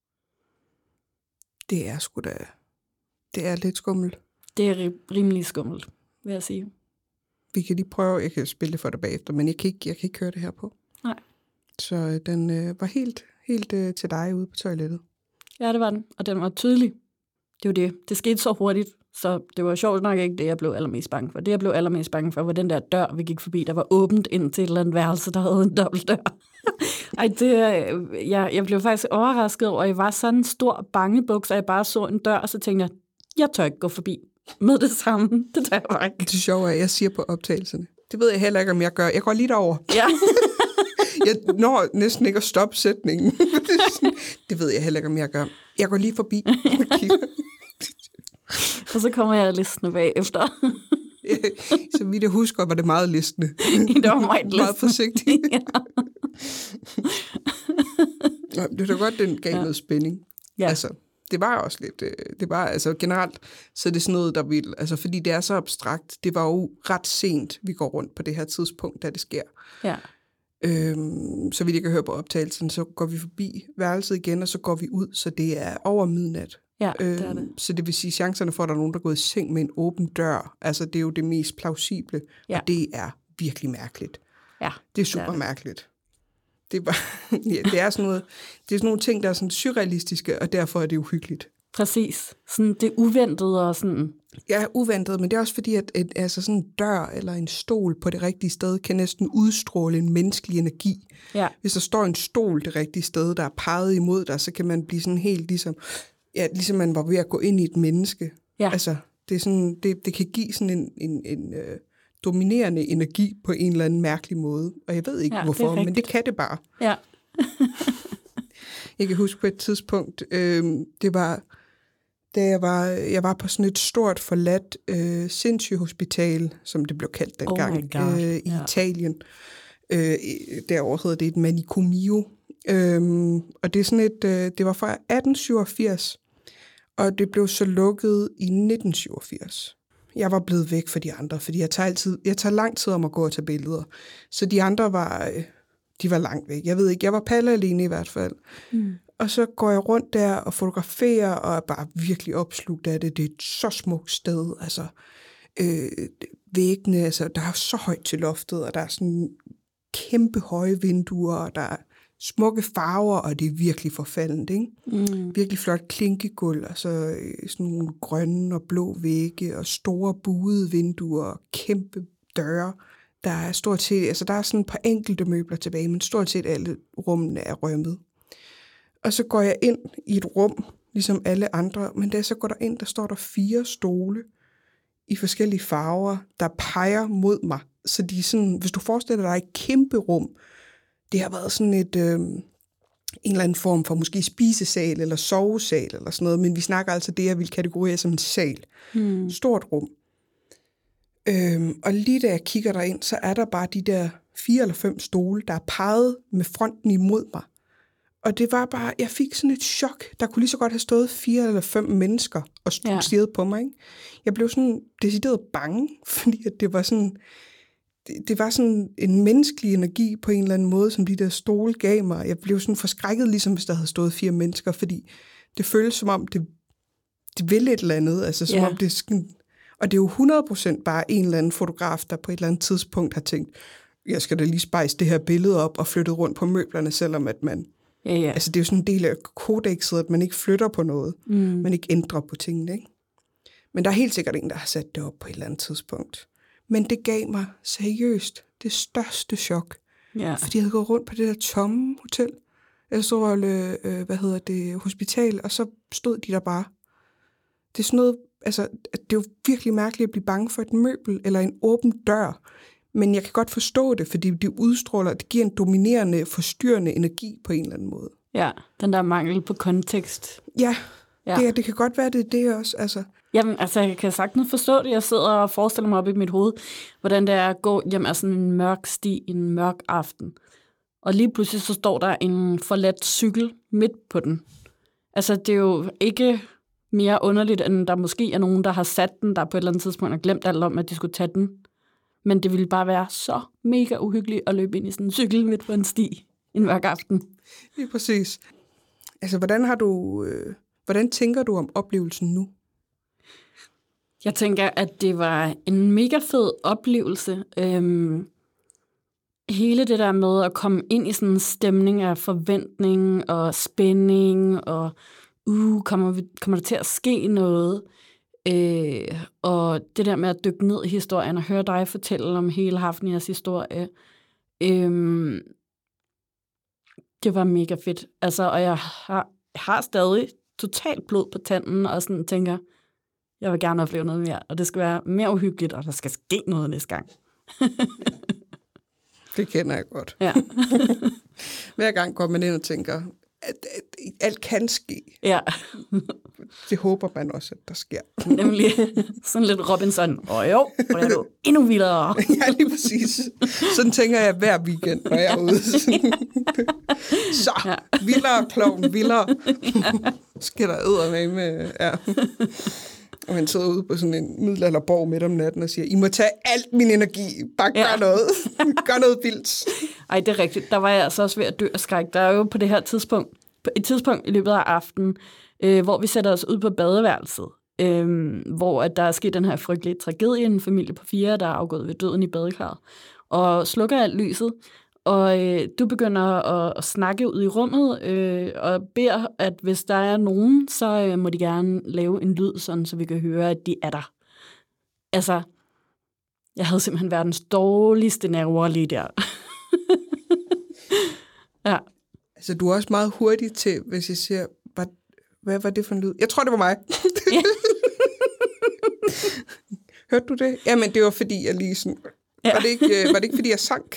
Det er sgu da, det er lidt skummelt. Det er rimelig skummelt, vil jeg sige. Vi kan lige prøve, jeg kan spille det for dig bagefter, men jeg kan ikke, jeg kan ikke høre det her på. Nej. Så den øh, var helt, helt øh, til dig ude på toilettet. Ja, det var den, og den var tydelig. Det var det. Det skete så hurtigt. Så det var sjovt nok ikke det, jeg blev allermest bange for. Det, jeg blev allermest bange for, var den der dør, vi gik forbi, der var åbent ind til et eller andet værelse, der havde en dobbeltdør. Ej, det, jeg, jeg blev faktisk overrasket over, at jeg var sådan en stor bangebuks, og jeg bare så en dør, og så tænkte jeg, jeg tør ikke gå forbi med det samme. Det tør jeg bare ikke. Det sjove er, at jeg siger på optagelserne. Det ved jeg heller ikke, om jeg gør. Jeg går lige derover. Ja. Jeg når næsten ikke at stoppe sætningen. Det ved jeg heller ikke, om jeg gør. Jeg går lige forbi. Og så kommer jeg listende bagefter. Så vidt jeg husker, var det meget listende. Det var meget listende. Meget forsigtigt. Ja. Det er da godt, den gav ja. Noget spænding. Ja. Altså, det var også lidt, det var altså generelt, så er det sådan noget, der vil, altså fordi det er så abstrakt, det var jo ret sent, vi går rundt på det her tidspunkt, da det sker. Ja. Øhm, så vidt jeg kan høre på optagelsen, så går vi forbi værelset igen, og så går vi ud, så det er over midnat. Ja, øhm, det er det. Så det vil sige, chancerne for, at der er nogen, der er gået i seng med en åben dør, altså det er jo det mest plausible, ja. Og det er virkelig mærkeligt. Ja, det er super det er det. Mærkeligt. Det er, bare, ja, det er sådan noget, det er sådan nogle ting, der er sådan surrealistiske, og derfor er det uhyggeligt. Præcis. Sådan det uventede og sådan... Ja, uventet, men det er også fordi, at et, altså sådan en dør eller en stol på det rigtige sted kan næsten udstråle en menneskelig energi. Ja. Hvis der står en stol det rigtige sted, der er peget imod dig, så kan man blive sådan helt ligesom, ja, ligesom man var ved at gå ind i et menneske. Ja. Altså, det, er sådan, det, det kan give sådan en, en, en uh, dominerende energi på en eller anden mærkelig måde. Og jeg ved ikke, ja, hvorfor, det men det kan det bare. Ja. Jeg kan huske på et tidspunkt, øh, det var... Da jeg var, jeg var på sådan et stort forladt øh, sindssygehospital, som det blev kaldt dengang, oh øh, i yeah. Italien. Øh, derovre hedder det et manicomio. Øh, og det er sådan et, øh, det var fra atten syvogfirs, og det blev så lukket i nitten syvogfirs. Jeg var blevet væk fra de andre, fordi jeg tager, altid, jeg tager lang tid om at gå og tage billeder. Så de andre var, øh, de var langt væk. Jeg ved ikke, jeg var palle alene i hvert fald. Mm. Og så går jeg rundt der og fotograferer, og er bare virkelig opslugt af det. Det er et så smukt sted. Altså, øh, væggene, altså, der er så højt til loftet, og der er sådan kæmpe høje vinduer, og der er smukke farver, og det er virkelig forfaldent, ikke? Mm. Virkelig flot klinkegulv, og så sådan nogle grønne og blå vægge, og store buede vinduer, og kæmpe døre. Der er stort set, altså der er sådan et par enkelte møbler tilbage, men stort set alle rummene er rømmet. Og så går jeg ind i et rum, ligesom alle andre, men da jeg så går der ind, der står der fire stole i forskellige farver, der peger mod mig. Så de er sådan, hvis du forestiller dig et kæmpe rum, det har været sådan et, øh, en eller anden form for måske spisesal eller sovesal eller sådan noget, men vi snakker altså det, jeg vil kategorisere som en sal. Hmm. Stort rum. Øhm, og lige da jeg kigger derind, så er der bare de der fire eller fem stole, der er peget med fronten imod mig. Og det var bare, jeg fik sådan et chok. Der kunne lige så godt have stået fire eller fem mennesker og stirret ja. På mig. Ikke? Jeg blev sådan decideret bange, fordi at det var sådan, det, det var sådan en menneskelig energi på en eller anden måde, som de der stole gav mig. Jeg blev sådan forskrækket, ligesom hvis der havde stået fire mennesker, fordi det føltes som om, det, det ville et eller andet. Altså som ja. Om det sådan, Og det er jo hundrede procent bare en eller anden fotograf, der på et eller andet tidspunkt har tænkt, jeg skal da lige spejse det her billede op og flytte rundt på møblerne, selvom at man... Ja, ja. Altså det er jo sådan en del af kodekset, at man ikke flytter på noget. Mm. Man ikke ændrer på tingene, ikke? Men der er helt sikkert en, der har sat det op på et eller andet tidspunkt. Men det gav mig seriøst det største chok. Ja. Fordi jeg havde gået rundt på det der tomme hotel. Eller så øh, hvad hedder det, hospital, og så stod de der bare. Det er sådan noget, altså, det er jo virkelig mærkeligt at blive bange for et møbel eller en åben dør. Men jeg kan godt forstå det, fordi det udstråler, det giver en dominerende, forstyrrende energi på en eller anden måde. Ja, den der mangel på kontekst. Ja, ja. Det, det kan godt være, det er det også. Altså. Jamen, altså, jeg kan sagtens forstå det. Jeg sidder og forestiller mig op i mit hoved, hvordan det er at gå hjem af sådan en mørk sti, en mørk aften. Og lige pludselig så står der en forladt cykel midt på den. Altså, det er jo ikke mere underligt, end der måske er nogen, der har sat den, der på et eller andet tidspunkt har glemt alt om, at de skulle tage den. Men det ville bare være så mega uhyggeligt at løbe ind i sådan en cykel midt på en sti en mørk aften. Lige præcis. Altså, hvordan har du, øh, hvordan tænker du om oplevelsen nu? Jeg tænker, at det var en mega fed oplevelse. Øhm, hele det der med at komme ind i sådan en stemning af forventning og spænding, og uh, kommer, vi, kommer der til at ske noget? Øh, og det der med at dykke ned i historien og høre dig fortælle om hele Hafnias historie, øh, det var mega fedt. Altså, og jeg har, jeg har stadig totalt blod på tanden, og sådan tænker, jeg vil gerne opleve noget mere, og det skal være mere uhyggeligt, og der skal ske noget næste gang. Det kender jeg godt. Ja. Hver gang går man ind og tænker, at, at alt kan ske. Ja. Det håber man også, at der sker. Nemlig sådan lidt Robinson. Og jo, og er du endnu vildere. Ja, lige præcis. Sådan tænker jeg hver weekend, når jeg er ude. Så, ja. Vildere, klovn, vildere. Ja. Skal der eddermame med, ja. Og han sidder ude på sådan en middelalderborg midt om natten og siger, I må tage alt min energi, bare gør ja. noget. Gør noget vildt. Ej, det er rigtigt. Der var jeg altså også ved at dø af skræk. Der er jo på det her tidspunkt, på et tidspunkt i løbet af aftenen, øh, hvor vi sætter os ud på badeværelset, øh, hvor at der er sket den her frygtelige tragedie, en familie på fire, der er afgået ved døden i badekarret, og slukker alt lyset, og øh, du begynder at, at snakke ud i rummet, øh, og beder, at hvis der er nogen, så øh, må de gerne lave en lyd, sådan, så vi kan høre, at de er der. Altså, jeg havde simpelthen verdens dårligste nerver lige der. Ja. Altså, du er også meget hurtig til, hvis jeg siger, hvad, hvad var det for en lyd? Jeg tror, det var mig. Ja. Hørte du det? Jamen, det var fordi, jeg lige sådan... Ja. Var, det ikke, var det ikke, fordi jeg sank?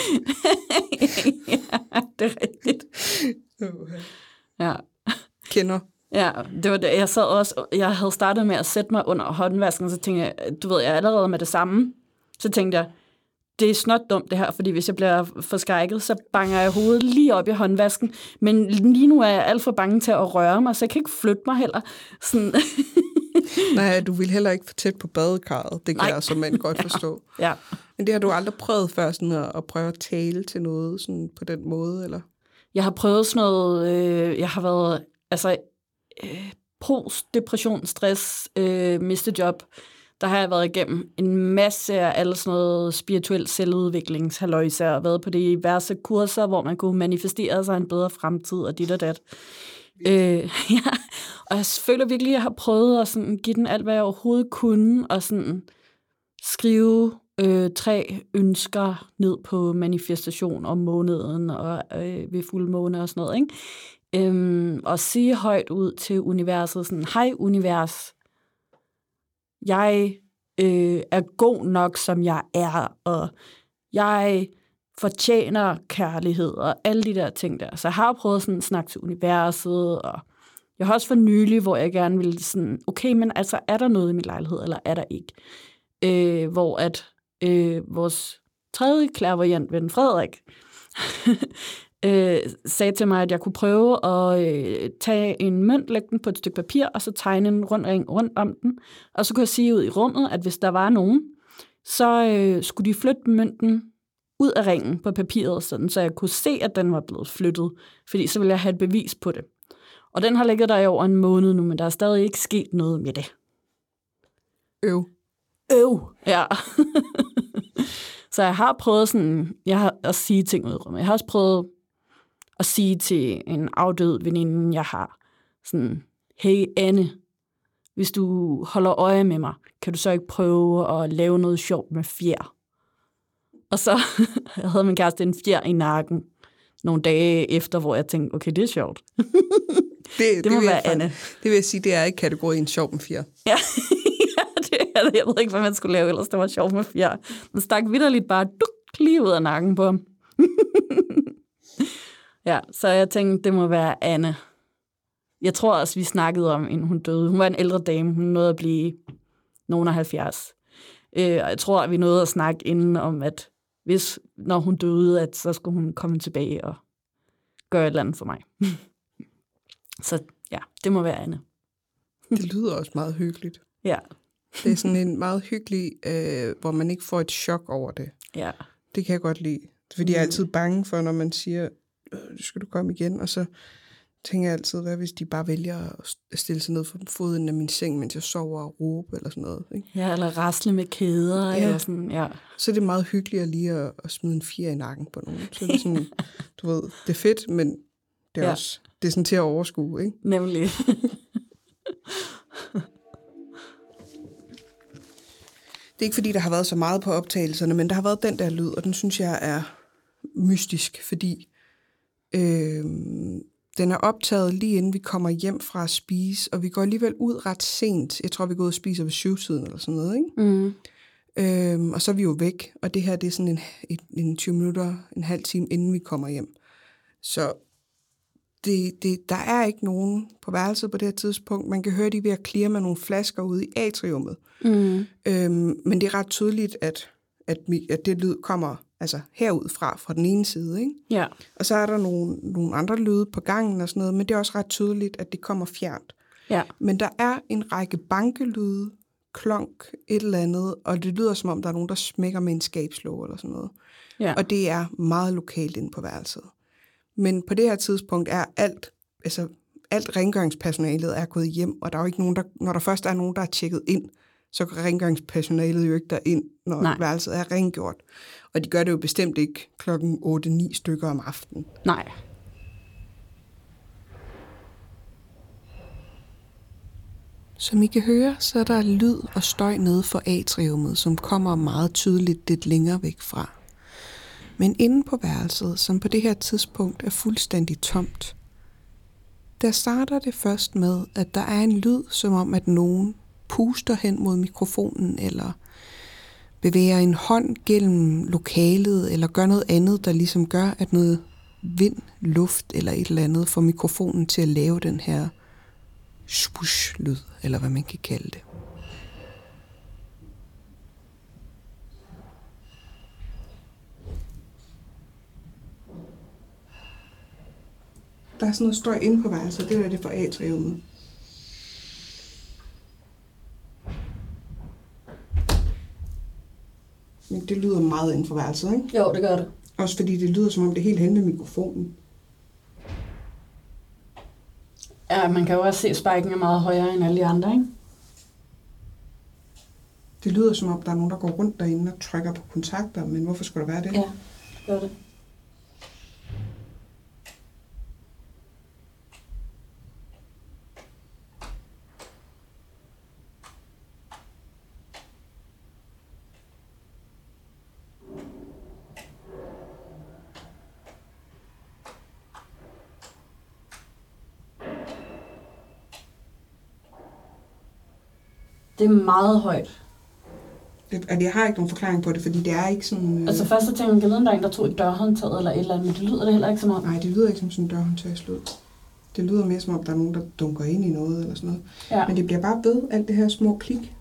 Ja, det er rigtigt. Ja. Kender. Ja, det var det. Jeg sad også, jeg havde startet med at sætte mig under håndvasken, og så tænkte jeg, du ved, jeg er allerede med det samme. Så tænkte jeg, det er snot dumt det her, fordi hvis jeg bliver forskrækket, så banger jeg hovedet lige op i håndvasken. Men lige nu er jeg alt for bange til at røre mig, så jeg kan ikke flytte mig heller. Sådan. Nej, du vil heller ikke for tæt på badekarret. Det kan Nej. jeg som mand godt forstå. Ja. Ja. Men det har du aldrig prøvet før, sådan at, at prøve at tale til noget sådan på den måde, eller? Jeg har prøvet sådan noget, øh, jeg har været, altså, øh, post-depression, stress, øh, mistet job. Der har jeg været igennem en masse af alle sådan noget spirituel selvudviklingshalløjse, og været på diverse kurser, hvor man kunne manifestere sig en bedre fremtid, og dit og dat. Øh, ja. Og jeg føler virkelig, at jeg har prøvet at sådan give den alt, hvad jeg overhovedet kunne, og sådan skrive øh, tre ønsker ned på manifestation om måneden, og øh, ved fuldmåne og sådan noget, ikke? Øhm, og sige højt ud til universet, sådan, hej univers, jeg øh, er god nok, som jeg er, og jeg fortjener kærlighed, og alle de der ting der. Så jeg har prøvet sådan at snakke til universet, og jeg har også for nylig, hvor jeg gerne ville sådan, okay, men altså, er der noget i min lejlighed, eller er der ikke? Øh, hvor at øh, vores tredje clairvoyant ven, Frederik, øh, sagde til mig, at jeg kunne prøve at øh, tage en mønt, lægge den på et stykke papir, og så tegne en rund ring rundt om den. Og så kunne jeg sige ud i rummet, at hvis der var nogen, så øh, skulle de flytte mønten ud af ringen på papiret, sådan, så jeg kunne se, at den var blevet flyttet, fordi så ville jeg have et bevis på det. Og den har ligget der i over en måned nu, men der er stadig ikke sket noget med det. Øv. øv. Ja. Så jeg har prøvet sådan, jeg har at sige ting ud i rummet. Jeg har også prøvet at sige til en afdød veninde, jeg har, sådan, hey Anne, hvis du holder øje med mig, kan du så ikke prøve at lave noget sjovt med fjer? Og så havde min kæreste en fjer i nakken nogle dage efter, hvor jeg tænkte, okay, det er sjovt. Det, det, det må være Anne. Det vil jeg sige, det er ikke kategorien sjov med fjer. Ja, ja det er det. Jeg ved ikke, hvad man skulle lave, ellers det var sjovt med fjer. Man stak vitterligt bare duk, lige ud af nakken på ham. Ja, så jeg tænkte, det må være Anne. Jeg tror også, vi snakkede om, inden hun døde. Hun var en ældre dame. Hun nåede at blive nogen af halvfjerds. Og jeg tror, at vi nåede at snakke inden om, at hvis, når hun døde, at så skulle hun komme tilbage og gøre et eller andet for mig. Så ja, det må være Anne. Det lyder også meget hyggeligt. Ja. Det er sådan en meget hyggelig, øh, hvor man ikke får et chok over det. Ja. Det kan jeg godt lide. Fordi jeg er altid bange for, når man siger, øh, skal du komme igen? Og så tænker jeg altid, hvad hvis de bare vælger at stille sig ned for foden af min seng, mens jeg sover og råbe eller sådan noget. Ikke? Ja, eller rasle med kæder. Ja. Eller sådan, ja. Så er det meget hyggeligt lige at, at smide en fjer i nakken på nogen. Så det er sådan, du ved, det er fedt, men det er ja. også, det er sådan til at overskue, ikke? Nemlig. Det er ikke fordi, der har været så meget på optagelserne, men der har været den der lyd, og den synes jeg er mystisk, fordi øh, den er optaget lige inden vi kommer hjem fra at spise, og vi går alligevel ud ret sent. Jeg tror, vi går ud og spiser ved syvtiden eller sådan noget, ikke? Mm. Øhm, og så er vi jo væk, og det her det er sådan en, en, en tyve minutter, en halv time, inden vi kommer hjem. Så det, det, der er ikke nogen på værelset på det her tidspunkt. Man kan høre, de er ved at klirre med nogle flasker ude i atriummet. Mm. Øhm, men det er ret tydeligt, at, at, vi, at det lyd kommer altså herudfra, fra den ene side. Ikke? Ja. Og så er der nogle, nogle andre lyde på gangen og sådan noget, men det er også ret tydeligt, at det kommer fjernt. Ja. Men der er en række bankelyde, klonk, et eller andet, og det lyder som om, der er nogen, der smækker med en skabslåge eller sådan noget. Ja. Og det er meget lokalt inde på værelset. Men på det her tidspunkt er alt, altså alt rengøringspersonalet er gået hjem, og der er jo ikke nogen, der, når der først er nogen, der er tjekket ind, så går rengøringspersonalet jo ikke derind, når Nej. værelset er rengjort. Og de gør det jo bestemt ikke klokken otte ni stykker om aftenen. Nej. Som I kan høre, så er der lyd og støj nede for atriummet, som kommer meget tydeligt lidt længere væk fra. Men inde på værelset, som på det her tidspunkt er fuldstændig tomt, der starter det først med, at der er en lyd, som om at nogen puster hen mod mikrofonen, eller bevæger en hånd gennem lokalet, eller gør noget andet, der ligesom gør, at noget vind, luft eller et eller andet får mikrofonen til at lave den her spush-lyd, eller hvad man kan kalde det. Der er sådan noget støj inde på værelset, det er det for atriummet. Men det lyder meget inden for værelset, ikke? Jo, det gør det. Også fordi det lyder som om det er helt hen ved mikrofonen. Ja, man kan jo også se, at spiken er meget højere end alle de andre, ikke? Det lyder som om, der er nogen, der går rundt derinde og trykker på kontakter, men hvorfor skulle der være det? Ja, det gør det. Det er meget højt. Det, og jeg har ikke nogen forklaring på det, fordi det er ikke sådan... Øh... Altså først så tænker jeg, at der er en, der tog et dørhåndtag eller et eller andet, men det lyder det heller ikke som om. Nej, det lyder ikke som sådan en dørhåndtagslyd. Det lyder mere som om, der er nogen, der dunker ind i noget eller sådan noget. Ja. Men det bliver bare ved, alt det her små klik.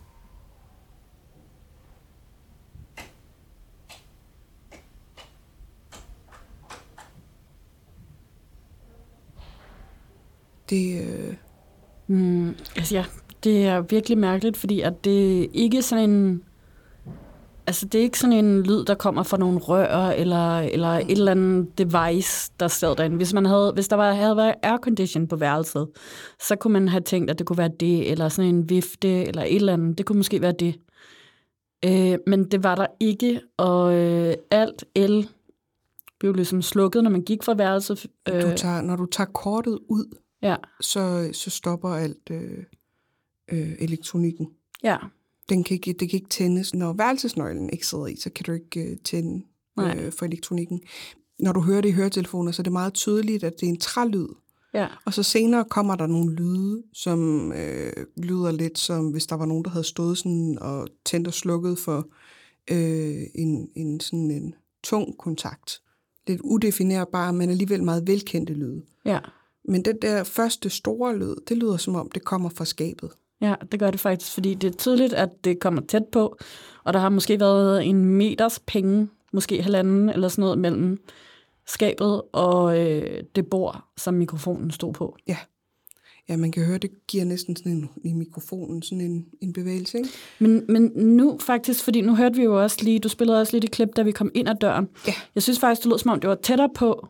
Det... Øh... Mm, altså ja, det er virkelig mærkeligt, fordi at det ikke sådan en... Altså, det er ikke sådan en lyd, der kommer fra nogle rør eller, eller et eller andet device, der sad derinde. Hvis, man havde, hvis der var, havde været aircondition på værelset, så kunne man have tænkt, at det kunne være det, eller sådan en vifte, eller et eller andet. Det kunne måske være det. Øh, men det var der ikke, og øh, alt el blev ligesom slukket, når man gik fra værelset. Øh, Du tager, når du tager kortet ud, ja, så, så stopper alt øh, øh, elektronikken. ja, Den kan ikke, det kan ikke tændes. Når værelsesnøglen ikke sidder i, så kan du ikke øh, tænde øh, for elektronikken. Når du hører det i høretelefoner, så er det meget tydeligt, at det er en trælyd. ja. Og så senere kommer der nogle lyde, som øh, lyder lidt som, hvis der var nogen, der havde stået sådan og tændt og slukket for øh, en, en, sådan en tung kontakt. Lidt udefinerbar, men alligevel meget velkendte lyde. Ja. Men den der første store lyd, det lyder som om, det kommer fra skabet. Ja, det gør det faktisk, fordi det er tydeligt, at det kommer tæt på, og der har måske været en meters penge, måske halvanden eller sådan noget, mellem skabet og øh, det bord, som mikrofonen stod på. Ja. Ja, man kan høre, det giver næsten sådan en, i mikrofonen sådan en, en bevægelse, ikke? Men, men nu faktisk, fordi nu hørte vi jo også lige, du spillede også lidt et klip, da vi kom ind ad døren. Ja. Jeg synes faktisk, det lød som om, det var tættere på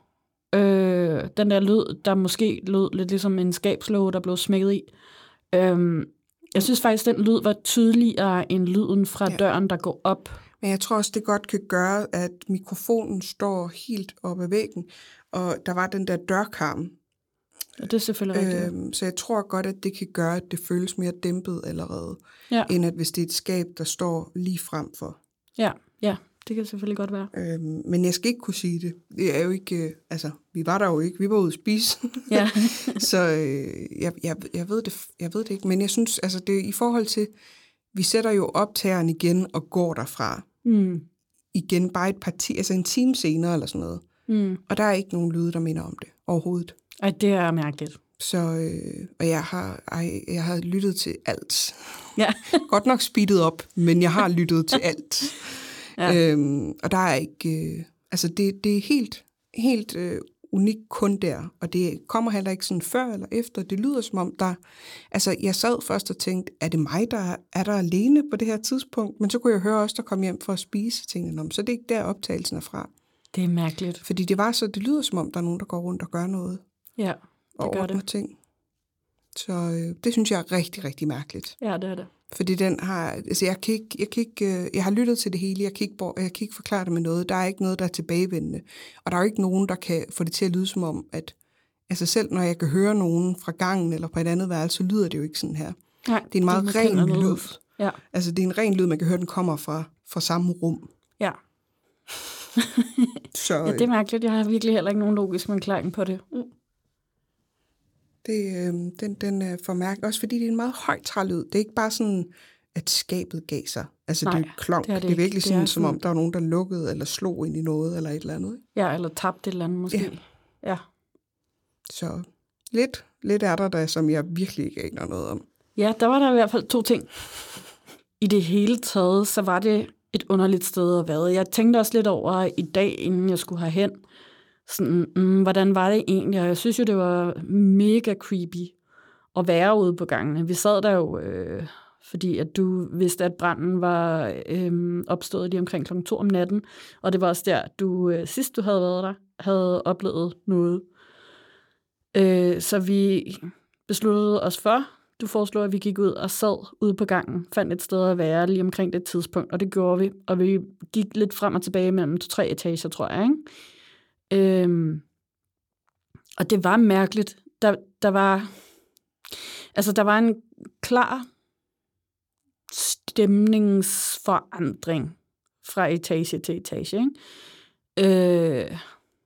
øh, den der lyd, der måske lød lidt ligesom en skabslåge, der blev smækket i. Øhm, jeg synes faktisk, den lyd var tydeligere end lyden fra ja. døren, der går op. Men jeg tror også, det godt kan gøre, at mikrofonen står helt oppe ad væggen, og der var den der dørkarm. Ja, det er selvfølgelig rigtigt. Øhm, så jeg tror godt, at det kan gøre, at det føles mere dæmpet allerede, Ja. end at hvis det er et skab, der står lige frem for. Ja, ja, det kan selvfølgelig godt være. Øhm, men jeg skal ikke kunne sige det. Det er jo ikke, øh, altså, vi var der jo ikke, vi var ude at spise. Ja. Så øh, jeg, jeg, jeg, ved det, jeg ved det ikke, men jeg synes, altså det i forhold til, vi sætter jo optageren igen og går derfra. Mm. Igen bare et parti, altså en time senere eller sådan noget. Mm. Og der er ikke nogen lyde, der minder om det overhovedet. Ej, det er mærkeligt. Så, øh, og jeg har, ej, jeg har lyttet til alt. Ja. Godt nok speedet op, men jeg har lyttet til alt. Ja. Øhm, og der er ikke, øh, altså det, det er helt, helt øh, unikt kun der, og det kommer heller ikke sådan før eller efter. Det lyder som om, der, altså jeg sad først og tænkte, er det mig, der er der alene på det her tidspunkt? Men så kunne jeg høre også, der kom hjem for at spise, tænkte jeg, så det er ikke der optagelsen er fra. Det er mærkeligt. Fordi det var så, det lyder som om, der er nogen, der går rundt og gør noget. Ja, det og gør ordner det. ting. Så øh, det synes jeg er rigtig, rigtig mærkeligt. Ja, det er det. Fordi den har, altså jeg kan ikke, jeg kan ikke, øh, jeg har lyttet til det hele, jeg kan, ikke, jeg kan ikke forklare det med noget, der er ikke noget, der er tilbagevendende. Og der er jo ikke nogen, der kan få det til at lyde som om, at altså selv når jeg kan høre nogen fra gangen eller på et andet værelse, så lyder det jo ikke sådan her. Nej, det er en meget det ren noget. lyd. Ja. Altså det er en ren lyd, man kan høre, den kommer fra, fra samme rum. Ja. Så, ja, det er mærkeligt. Jeg har virkelig heller ikke nogen logisk forklaring på det. Mm. Det, øh, den, den er for mærkelig, også fordi det er en meget høj trælyd. Det er ikke bare sådan, at skabet gav sig. Altså Nej, det er klonk. det er, det det er virkelig det sådan, er som sådan... om der var nogen, der lukkede eller slog ind i noget eller et eller andet. Ikke? Ja, eller tabte et eller andet måske. Ja. ja. Så lidt, lidt er der da, som jeg virkelig ikke aner noget om. Ja, der var der i hvert fald to ting. I det hele taget, så var det et underligt sted at være. Jeg tænkte også lidt over i dag, inden jeg skulle herhen, sådan, mm, hvordan var det egentlig? Og jeg synes jo, det var mega creepy at være ude på gangene. Vi sad der jo, øh, fordi at du vidste, at branden var øh, opstået lige omkring klokken to om natten, og det var også der, du øh, sidst du havde været der, havde oplevet noget. Øh, så vi besluttede os for, du foreslog, at vi gik ud og sad ude på gangen, fandt et sted at være lige omkring det tidspunkt, og det gjorde vi. Og vi gik lidt frem og tilbage mellem to-tre etager, tror jeg, ikke? Øhm, og det var mærkeligt. Der, der var, altså der var en klar stemningsforandring fra etage til etage, ikke? Øh,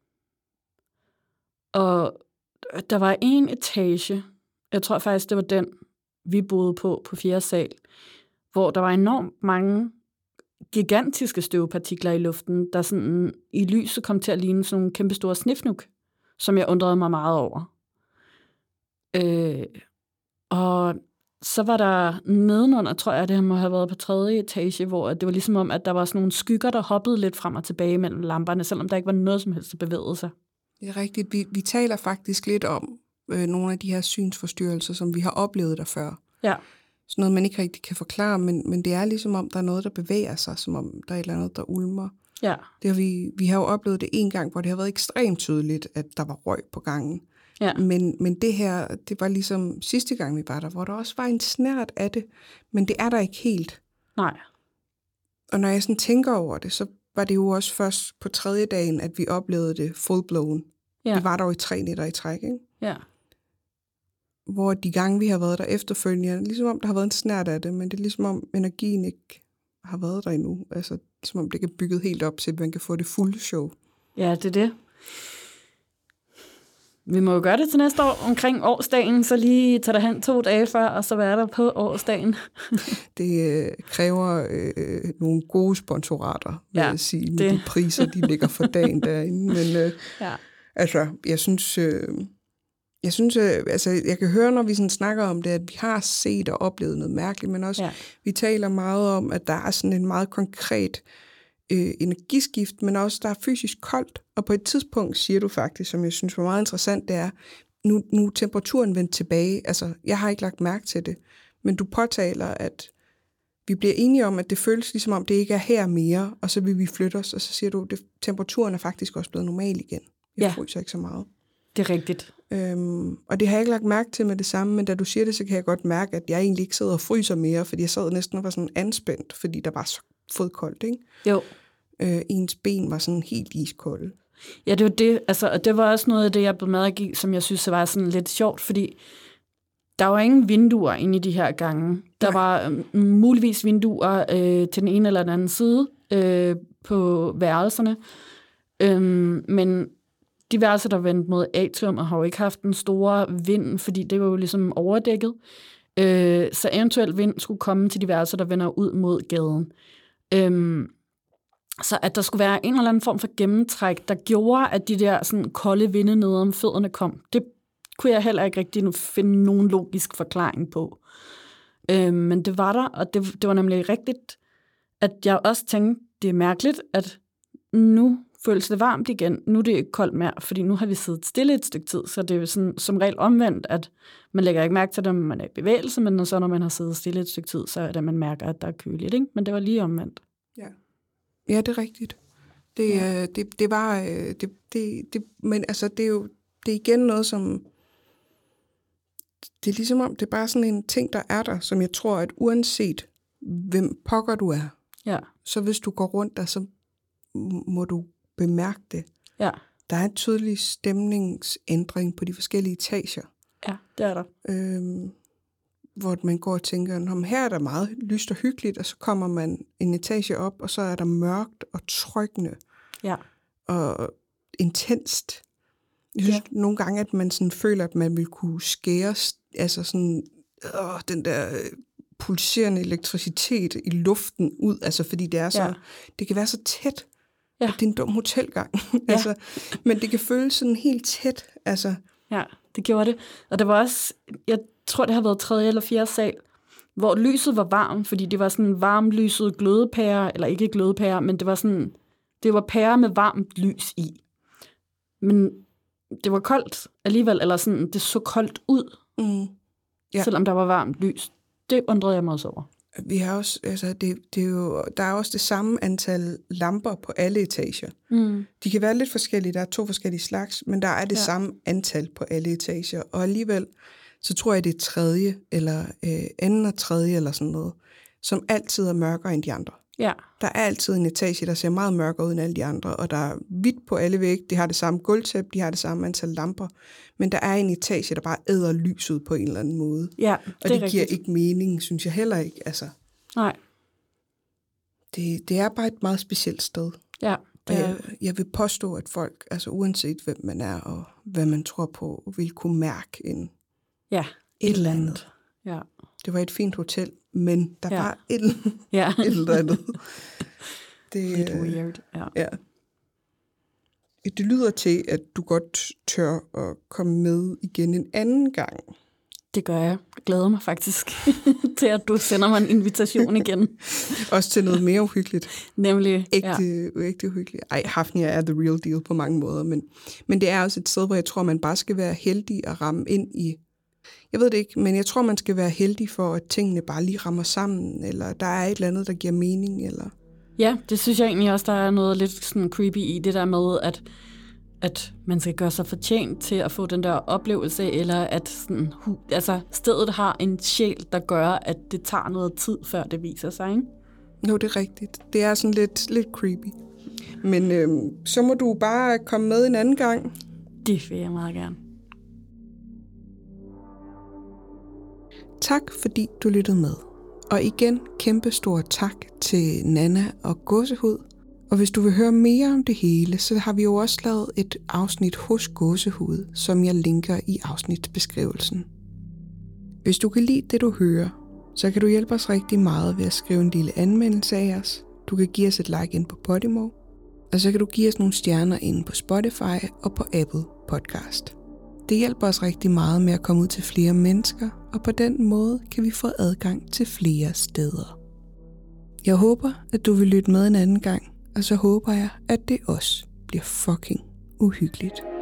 og der var en etage, jeg tror faktisk, det var den, vi boede på, på fjerde sal, hvor der var enormt mange gigantiske støvpartikler i luften, der sådan i lyset kom til at ligne sådan nogle kæmpe store snifnuk, som jeg undrede mig meget over. Øh, og så var der nedenunder, tror jeg, det må have været på tredje etage, hvor det var ligesom om, at der var sådan nogle skygger, der hoppede lidt frem og tilbage mellem lamperne, selvom der ikke var noget som helst, der bevægede sig. Det er rigtigt. Vi, vi taler faktisk lidt om øh, nogle af de her synsforstyrrelser, som vi har oplevet der før. Ja. Sådan noget, man ikke rigtig kan forklare, men, men det er ligesom om, der er noget, der bevæger sig, som om der er et eller andet, der ulmer. Ja. Det har vi, vi har jo oplevet det en gang, hvor det har været ekstremt tydeligt, at der var røg på gangen. Ja. Men, men det her, det var ligesom sidste gang, vi var der, hvor der også var en snert af det, men det er der ikke helt. Nej. og når jeg sådan tænker over det, så var det jo også først på tredje dagen, at vi oplevede det full-blown. Ja. Vi var der jo i tre nætter i træk, ikke? Ja. Hvor de gange, vi har været der efterfølgende, ligesom om der har været en snært af det, men det er ligesom om energien ikke har været der endnu. Altså, ligesom om det ikke er bygget helt op til, at man kan få det fulde show. Ja, det er det. Vi må jo gøre det til næste år omkring årsdagen, så lige tage derhen to dage før, og så være der på årsdagen. Det øh, kræver øh, nogle gode sponsorater, vil ja, jeg sige, med det. De priser, de ligger for dagen derinde. Men øh, ja. altså, jeg synes, øh, jeg synes, øh, altså, jeg kan høre, når vi sådan snakker om det, at vi har set og oplevet noget mærkeligt, men også, ja. vi taler meget om, at der er sådan en meget konkret øh, energiskift, men også, der er fysisk koldt. Og på et tidspunkt siger du faktisk, som jeg synes var meget interessant, det er, nu, nu er temperaturen vendt tilbage. Altså, jeg har ikke lagt mærke til det, men du påtaler, at vi bliver enige om, at det føles ligesom om, det ikke er her mere, og så vil vi flytte os, og så siger du, at temperaturen er faktisk også blevet normal igen. Jeg ja. fryser ikke så meget. Det er rigtigt. Øhm, og det har jeg ikke lagt mærke til med det samme, men da du siger det, så kan jeg godt mærke, at jeg egentlig ikke sidder og fryser mere, fordi jeg sad næsten og var sådan anspændt, fordi der var så fodkoldt, ikke? Jo. Øh, ens ben var sådan helt iskolde. Ja, det var det, altså, og det var også noget af det, jeg blev medgivet, som jeg synes var sådan lidt sjovt, fordi der var ingen vinduer inde i de her gange. Der Nej. var um, muligvis vinduer øh, til den ene eller den anden side øh, på værelserne, øhm, men de værelser, der vendte mod atrium, har jo ikke haft en store vind, fordi det var jo ligesom overdækket. Øh, så eventuelt vind skulle komme til de værelser, der vender ud mod gaden. Øhm, så at der skulle være en eller anden form for gennemtræk, der gjorde, at de der sådan, kolde vinde ned om fødderne kom, det kunne jeg heller ikke rigtig finde nogen logisk forklaring på. Øhm, men det var der, og det, det var nemlig rigtigt, at jeg også tænkte, det er mærkeligt, at nu føles det varmt igen. Nu er det ikke koldt mere, fordi nu har vi siddet stille et stykke tid, så det er jo sådan, som regel omvendt, at man lægger ikke mærke til det, når man er i bevægelse, men så når man har siddet stille et stykke tid, så er det, at man mærker, at der er køligt, ikke? Men det var lige omvendt. Ja, ja, det er rigtigt. Det, ja. det, det var, det, det, det, men altså, det er jo det er igen noget, som, det er ligesom om, det er bare sådan en ting, der er der, som jeg tror, at uanset hvem pokker du er, ja. så hvis du går rundt der, så må du bemærke det. Ja. Der er en tydelig stemningsændring på de forskellige etager. Ja, det er der. Øhm, hvor man går og tænker, her er der meget lyst og hyggeligt, og så kommer man en etage op, og så er der mørkt og trykkende. Ja. Og intenst. Jeg synes ja. nogle gange, at man sådan føler, at man vil kunne skære, altså sådan, øh, den der pulserende elektricitet i luften ud, altså fordi det er så, ja. det kan være så tæt. Ja. Det er en dum hotelgang. Ja. altså, men det kan føles sådan helt tæt. Altså. Ja, det gjorde det. Og det var også, jeg tror, det har været tredje eller fjerde sal, hvor lyset var varmt, fordi det var sådan varmlyset glødepære, eller ikke glødepære, men det var sådan, det var pære med varmt lys i. Men det var koldt alligevel, eller sådan, det så koldt ud, mm. ja. selvom der var varmt lys. Det undrede jeg mig også over. Vi har også, altså det, det er jo, der er også det samme antal lamper på alle etager. Mm. De kan være lidt forskellige, der er to forskellige slags, men der er det ja. samme antal på alle etager. Og alligevel, så tror jeg, det er tredje, eller øh, anden og tredje, eller sådan noget, som altid er mørkere end de andre. Ja. Der er altid en etage, der ser meget mørkere ud end alle de andre, og der er hvidt på alle vægge, de har det samme gulvtæppe, de har det samme antal lamper, men der er en etage, der bare æder lyset på en eller anden måde. Ja, det og det er giver rigtigt. ikke mening, synes jeg heller ikke. Altså, Nej. Det, det er bare et meget specielt sted. Ja. Og jeg, jeg vil påstå, at folk, altså uanset hvem man er, og hvad man tror på, vil kunne mærke en, ja, et, et eller andet. Ja. Det var et fint hotel, men der ja. var et, ja. et eller andet. Det, lidt weird, ja. ja. Det lyder til, at du godt tør at komme med igen en anden gang. Det gør jeg. Jeg glæder mig faktisk til, at du sender mig en invitation igen. Også til noget mere uhyggeligt. Nemlig, ægte, ja. ægte uhyggeligt. Ej, Hafnia er the real deal på mange måder, men, men det er også et sted, hvor jeg tror, man bare skal være heldig at ramme ind i. Jeg ved det ikke, men jeg tror, man skal være heldig for, at tingene bare lige rammer sammen, eller der er et eller andet, der giver mening, eller... Ja, det synes jeg egentlig også, der er noget lidt sådan creepy i det der med, at, at man skal gøre sig fortjent til at få den der oplevelse, eller at sådan, altså, stedet har en sjæl, der gør, at det tager noget tid, før det viser sig, ikke? Jo, det er rigtigt. Det er sådan lidt, lidt creepy. Men øh, så må du bare komme med en anden gang. Det vil jeg meget gerne. Tak fordi du lyttede med. Og igen kæmpe stor tak til Nanna og Gåsehud. Og hvis du vil høre mere om det hele, så har vi jo også lavet et afsnit hos Gåsehud, som jeg linker i afsnitsbeskrivelsen. Hvis du kan lide det, du hører, så kan du hjælpe os rigtig meget ved at skrive en lille anmeldelse af os. Du kan give os et like ind på Podimo, og så kan du give os nogle stjerner inde på Spotify og på Apple Podcast. Det hjælper os rigtig meget med at komme ud til flere mennesker, og på den måde kan vi få adgang til flere steder. Jeg håber, at du vil lytte med en anden gang, og så håber jeg, at det også bliver fucking uhyggeligt.